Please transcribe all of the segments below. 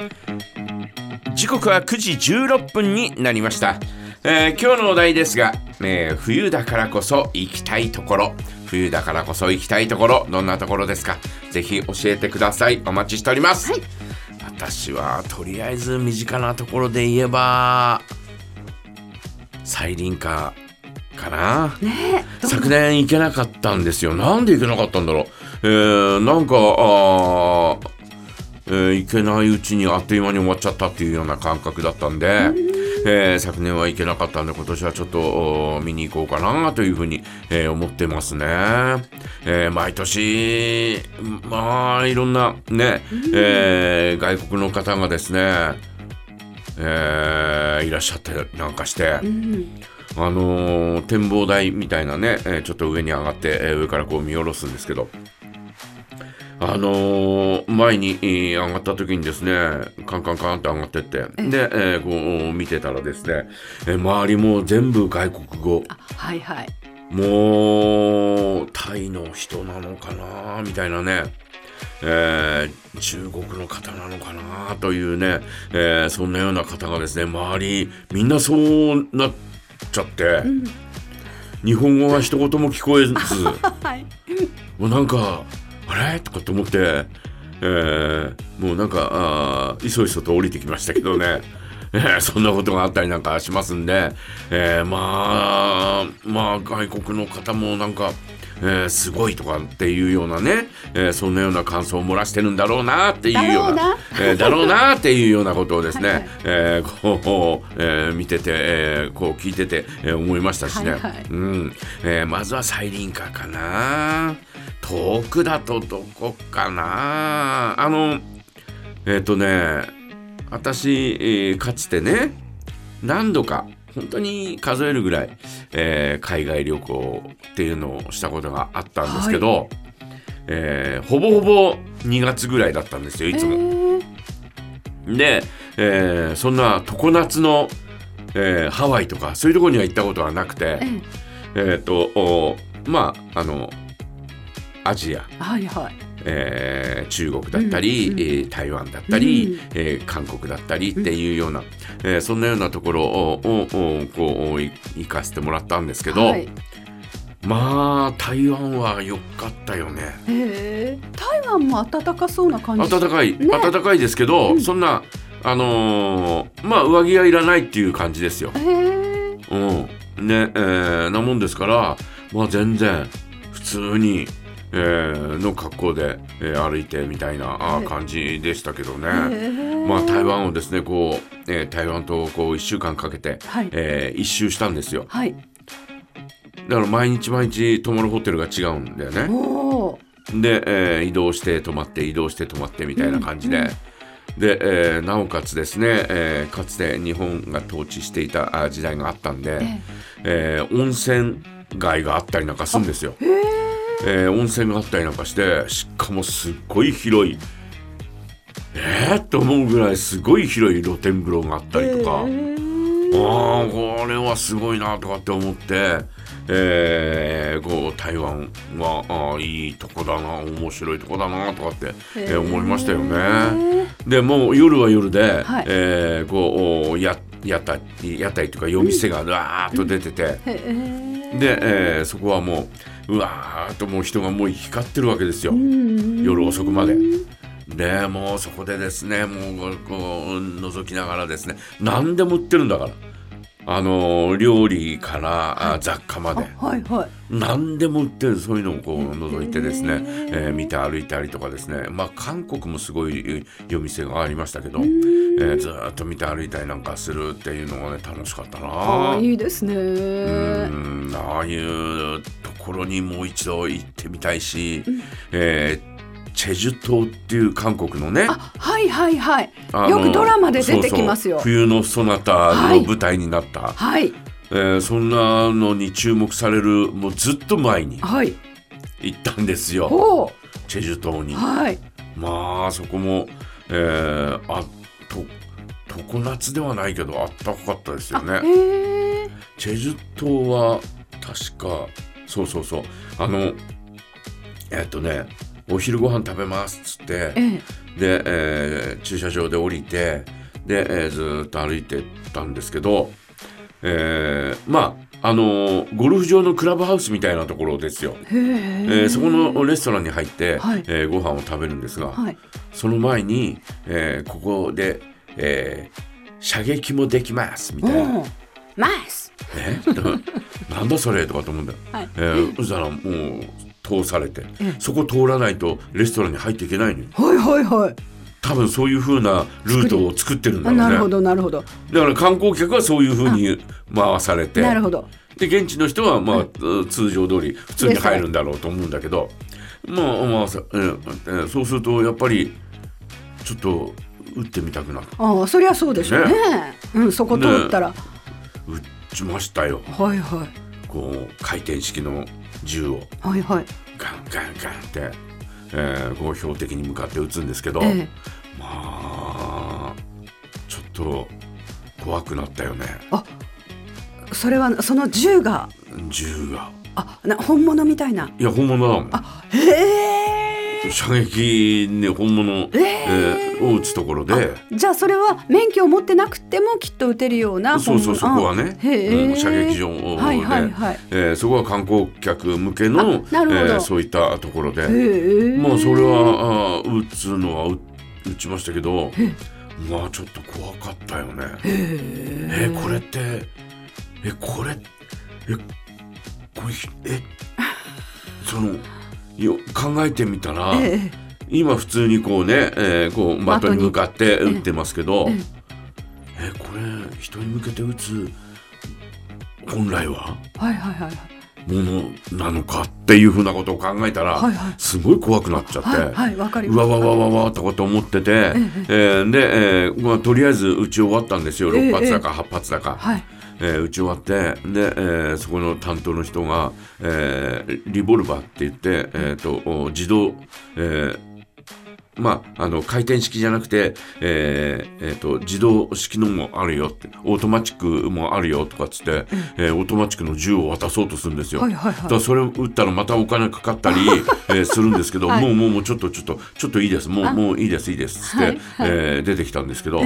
時刻は9時16分になりました。今日のお題ですが、冬だからこそ行きたいところ、冬だからこそ行きたいところ、どんなところですか？ぜひ教えてください。お待ちしております。はい、私はとりあえず身近なところで言えば西林家かな、ね、昨年行けなかったんですよ。なんで行けなかったんだろう。なんか行けないうちにあっという間に終わっちゃったっていうような感覚だったんで、昨年は行けなかったんで、今年はちょっと見に行こうかなというふうに、思ってますね。毎年まあいろんなね、外国の方がですね、いらっしゃってなんかして、展望台みたいなね、ちょっと上に上がって、上からこう見下ろすんですけど、前に、上がった時にですね、カンカンカンって上がってって、で、こう見てたらですね、周りも全部外国語。 はいはい。 もうタイの人なのかなみたいなね、中国の方なのかなというね、そんなような方がですね、周りみんなそうなっちゃって、日本語が一言も聞こえず、はい、もうなんかあれとかと思って、もうなんかいそいそと降りてきましたけどね。そんなことがあったりなんかしますんで、まあ外国の方もなんか、すごいとかっていうようなね、そんなような感想を漏らしてるんだろうなっていうようなだろうなっていうようなことをですね、こう、見てて、こう聞いてて、思いましたしね、まずは西林家かな。遠くだとどこかな。私、かつてね、何度か本当に数えるぐらい、海外旅行っていうのをしたことがあったんですけど、ほぼほぼ2月ぐらいだったんですよ、いつも。で、そんな常夏の、ハワイとかそういうところには行ったことはなくて、アジア、中国だったり、台湾だったり、韓国だったりっていうような、そんなようなところをこう行かせてもらったんですけど、まあ台湾は良かったよね。 台湾も暖かそうな感じ。 暖かいですけど、そんな上着はいらないっていう感じですよ。なもんですから、全然普通にの格好で、歩いてみたいな感じでしたけどね。台湾をですね、こう、台湾とこう1週間かけて、一周したんですよ。だから毎日泊まるホテルが違うんだよね。で、移動して泊まって移動して泊まってみたいな感じで、で、なおかつですね、かつて日本が統治していた時代があったんで、温泉街があったりなんかするんですよ。温泉があったりなんかして、しかもすっごい広いと思うぐらいすごい広い露天風呂があったりとか、これはすごいなとかって思って、こう台湾はいいとこだな、面白いとこだなとかって、思いましたよね。でもう夜は夜で、こう屋台というか夜店がわーっと出てて、で、そこはもううわーっともう人がもう光ってるわけですよ、夜遅くまで。でもうそこでですね、もうこう覗きながらですね、何でも売ってるんだから、料理から雑貨まで、何でも売ってる。そういうのをこう覗いてですね、見て歩いたりとかですね、韓国もすごい夜店がありましたけど、ずっと見て歩いたりなんかするっていうのがね、楽しかったな。 いいですね。 ああいうところにもう一度行ってみたいし、チェジュ島っていう韓国のね、よくドラマで出てきますよ。 冬のソナタの舞台になった、そんなのに注目される、もうずっと前に行ったんですよ、チェジュ島に。そこも、常夏ではないけどあったかかったですよね。チェジュ島は確かそうお昼ご飯食べますっつって、で、駐車場で降りてで、ずっと歩いてったんですけど、まあゴルフ場のクラブハウスみたいなところですよ。そこのレストランに入って、はい、ご飯を食べるんですが、はい、その前に、ここで、射撃もできますみたいな。 マスなんだそれとかと思うんだよ。はい、そしたらもう通されて、そこ通らないとレストランに入っていけないのよ。 はいはいはい。 多分そういう風なルートを作ってるんだろうね。 なるほどなるほど。 だから観光客はそういう風に回されて、 なるほど。 で現地の人はまあ、通常通り普通に入るんだろうと思うんだけど、そうするとやっぱりちょっと撃ってみたくなる。 そりゃそうでしょうね。そこ通ったら撃ちましたよ。 はいはい。 こう回転式の銃を、 はいはい、 ガンガンガンって、こう標的に向かって撃つんですけど、まあちょっと怖くなったよね。 それはその銃が本物みたいな。 いや本物だもん。射撃ね本物、を撃つところで。 じゃあそれは免許を持ってなくてもきっと撃てるような。 そうそこはね、射撃場で、はいはいはい、そこは観光客向けの、そういったところで、まあそれは撃つのは撃ちましたけど、まあちょっと怖かったよね。これってこれその考えてみたら、今普通にこうね、こう的に向かって撃ってますけど、これ人に向けて撃つ本来はものなのかっていうふうなことを考えたら、すごい怖くなっちゃって、うわわわわわってこと思ってて、で、とりあえず撃ち終わったんですよ。6発だか8発だか。撃ち終わってで、そこの担当の人が、リボルバーって言って、自動、回転式じゃなくて、自動式のもあるよって、オートマチックもあるよとかっつって、オートマチックの銃を渡そうとするんですよ。だからそれを撃ったらまたお金かかったり、するんですけど、もうちょっといいですもういいですっつって、出てきたんですけど、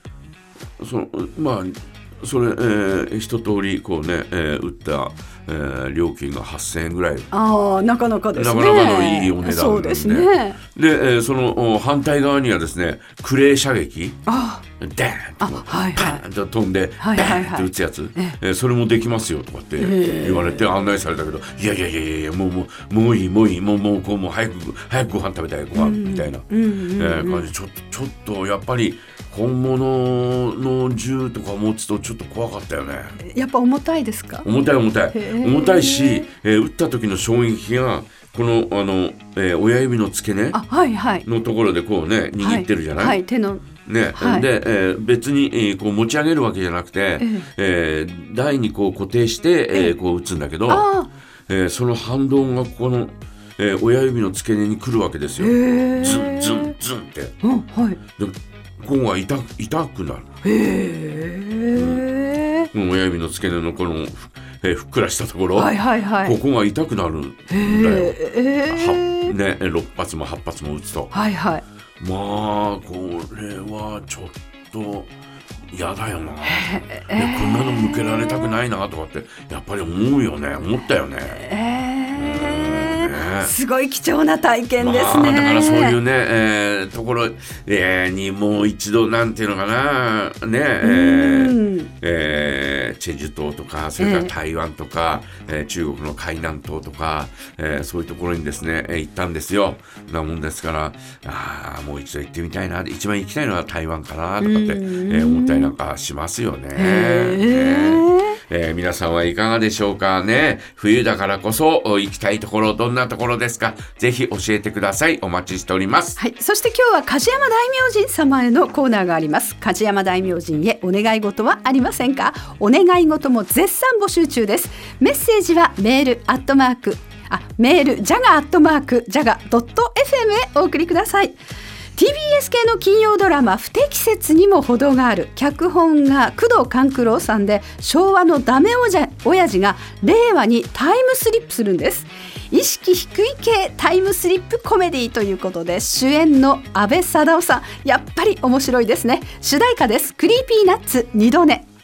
それ、一通りこうね、打った、料金が8000円ぐらい。 なかなかですね。 なかなかのいいお値段なんで。 そうですね。 で、その反対側にはですね、クレー射撃、ダーンとパーンと飛んでバーンと撃つやつ、それもできますよとかって言われて案内されたけど、いやもういいもう早くご飯食べたいご飯みたいな感じ。ちょっとやっぱり本物の銃とか持つとちょっと怖かったよね。 やっぱ重たいですか？ 重たいし、撃った時の衝撃がこの親指の付け根のところでこうね握ってるじゃない、 手のね、で、別に、こう持ち上げるわけじゃなくて、台にこう固定して、こう撃つんだけど、その反動がこの、親指の付け根に来るわけですよ。ズンズンズンって、でここが痛くなる。親指の付け根のこのふっくらしたところ、ここが痛くなるんだよ。6発も8発も撃つと。まあこれはちょっと嫌だよな。こんなの向けられたくないなとかってやっぱり思ったよね。 すごい貴重な体験ですね。 だからそういうね、ところ、にもう一度なんていうのかなね、チェジュ島とかそれから台湾とか、中国の海南島とか、そういうところにですね、行ったんですよ。なもんですからもう一度行ってみたいな。一番行きたいのは台湾かなとかって、思ったりなんかしますよね。皆さんはいかがでしょうかね。冬だからこそ行きたいところどんなところですか。ぜひ教えてください。お待ちしております。 そして今日は梶山大明神様へのコーナーがあります。梶山大明神へお願い事はありませんか？お願い事も絶賛募集中です。メッセージはメールジャガ@jaga.fm へお送りください。 TBS 系の金曜ドラマ不適切にも程がある。脚本が工藤官九郎さんで、昭和のダメ親父が令和にタイムスリップするんです。意識低い系タイムスリップコメディということで、主演の阿部サダヲさん、やっぱり面白いですね。主題歌です。クリーピーナッツ2度寝。